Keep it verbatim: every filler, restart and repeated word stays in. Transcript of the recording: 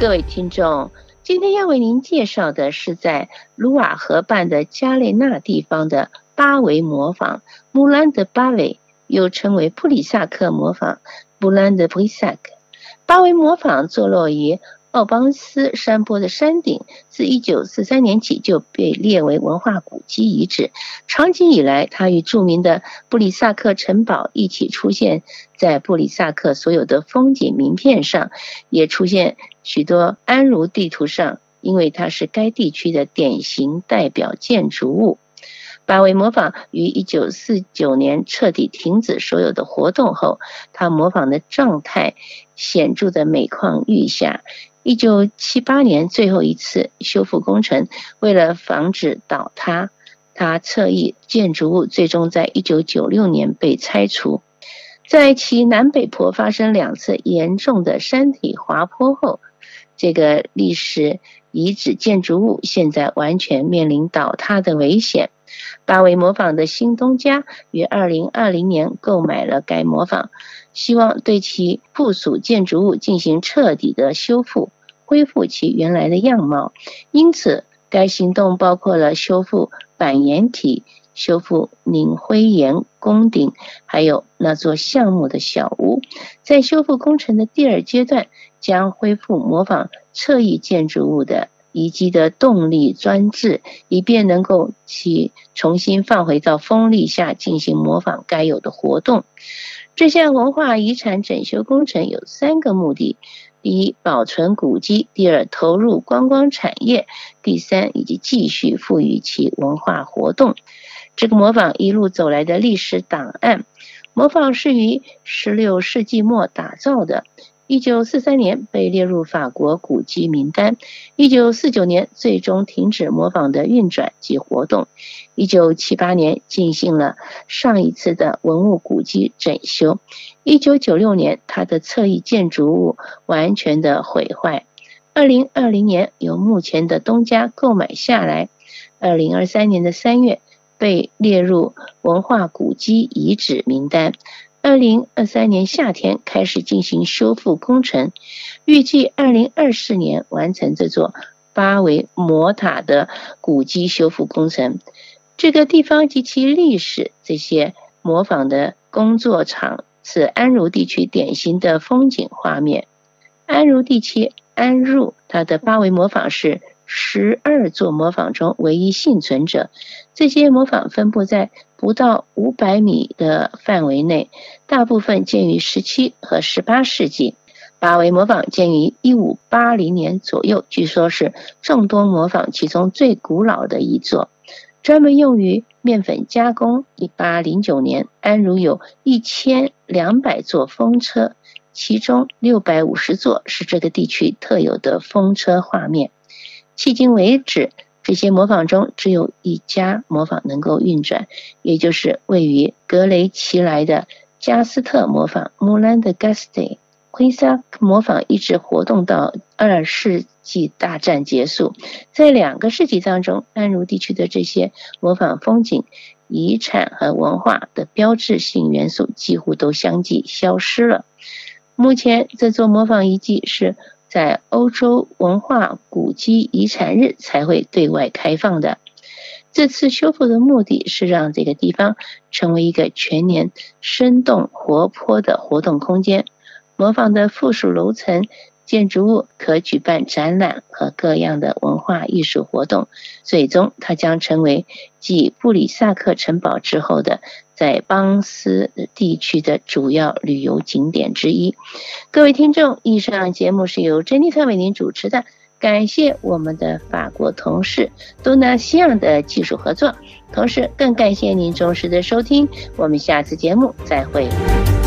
各位听众，今天要为您介绍的是在卢瓦河畔的加雷纳地方的巴维磨坊 Moulin de Bavay， 又称为布里萨克磨坊 Moulin de Brissac。 巴维磨坊坐落于奥邦斯山坡的山顶，自一九四三年起就被列为文化古迹遗址。长期以来，它与著名的布里萨克城堡一起出现在布里萨克所有的风景名片上，也出现许多安茹地图上，因为它是该地区的典型代表建筑物。巴维磨坊于一九四九年彻底停止所有的活动后，它磨坊的状态显著的每况愈下。一九七八年最后一次修复工程，为了防止倒塌，它侧翼建筑物最终在一九九六年被拆除。在其南北坡发生两次严重的山体滑坡后，这个历史遗址建筑物现在完全面临倒塌的危险。巴维磨坊的新东家于二零二零年购买了该磨坊，希望对其附属建筑物进行彻底的修复，恢复其原来的样貌。因此，该行动包括了修复板岩体、修复凝灰岩宫顶，还有那座橡木的小屋。在修复工程的第二阶段，将恢复磨坊侧翼建筑物的遗迹的动力装置，以便能够其重新放回到风力下进行磨坊该有的活动。这项文化遗产整修工程有三个目的：第一，保存古迹；第二，投入观光产业；第三，以及继续赋予其文化活动。这个磨坊一路走来的历史档案。磨坊是于十六世纪末打造的，一九四三年被列入法国古迹名单，一九四九年最终停止磨坊的运转及活动，一九七八年进行了上一次的文物古迹整修，一九九六年它的侧翼建筑物完全的毁坏，二零二零年由目前的东家购买下来，二零二三年的三月被列入文化古迹遗址名单，二零二三年夏天开始进行修复工程，预计二零二四年完成这座巴维磨塔的古迹修复工程。这个地方及其历史，这些磨坊的工作场是安茹地区典型的风景画面。安茹地区安茹，它的巴维磨坊是十二座磨坊中唯一幸存者，这些磨坊分布在不到五百米的范围内，大部分建于十七和十八世纪。巴维磨坊建于一五八零年左右，据说是众多磨坊其中最古老的一座，专门用于面粉加工。一八零九年，安茹有一千两百座风车，其中六百五十座是这个地区特有的风车画面。迄今为止，这些磨坊中只有一家磨坊能够运转，也就是位于格雷奇莱的加斯特磨坊 Moulin de Gaste。 奎萨克磨坊一直活动到二世纪大战结束。在两个世纪当中，安茹地区的这些磨坊风景遗产和文化的标志性元素几乎都相继消失了。目前这座磨坊遗迹是在欧洲文化古迹遗产日才会对外开放的。这次修复的目的是让这个地方成为一个全年生动活泼的活动空间。磨坊的附属楼层建筑物可举办展览和各样的文化艺术活动，最终它将成为继布里萨克城堡之后的在邦斯地区的主要旅游景点之一。各位听众，以上节目是由珍妮特为您主持的，感谢我们的法国同事多纳西昂的技术合作，同时更感谢您忠实的收听，我们下次节目再会。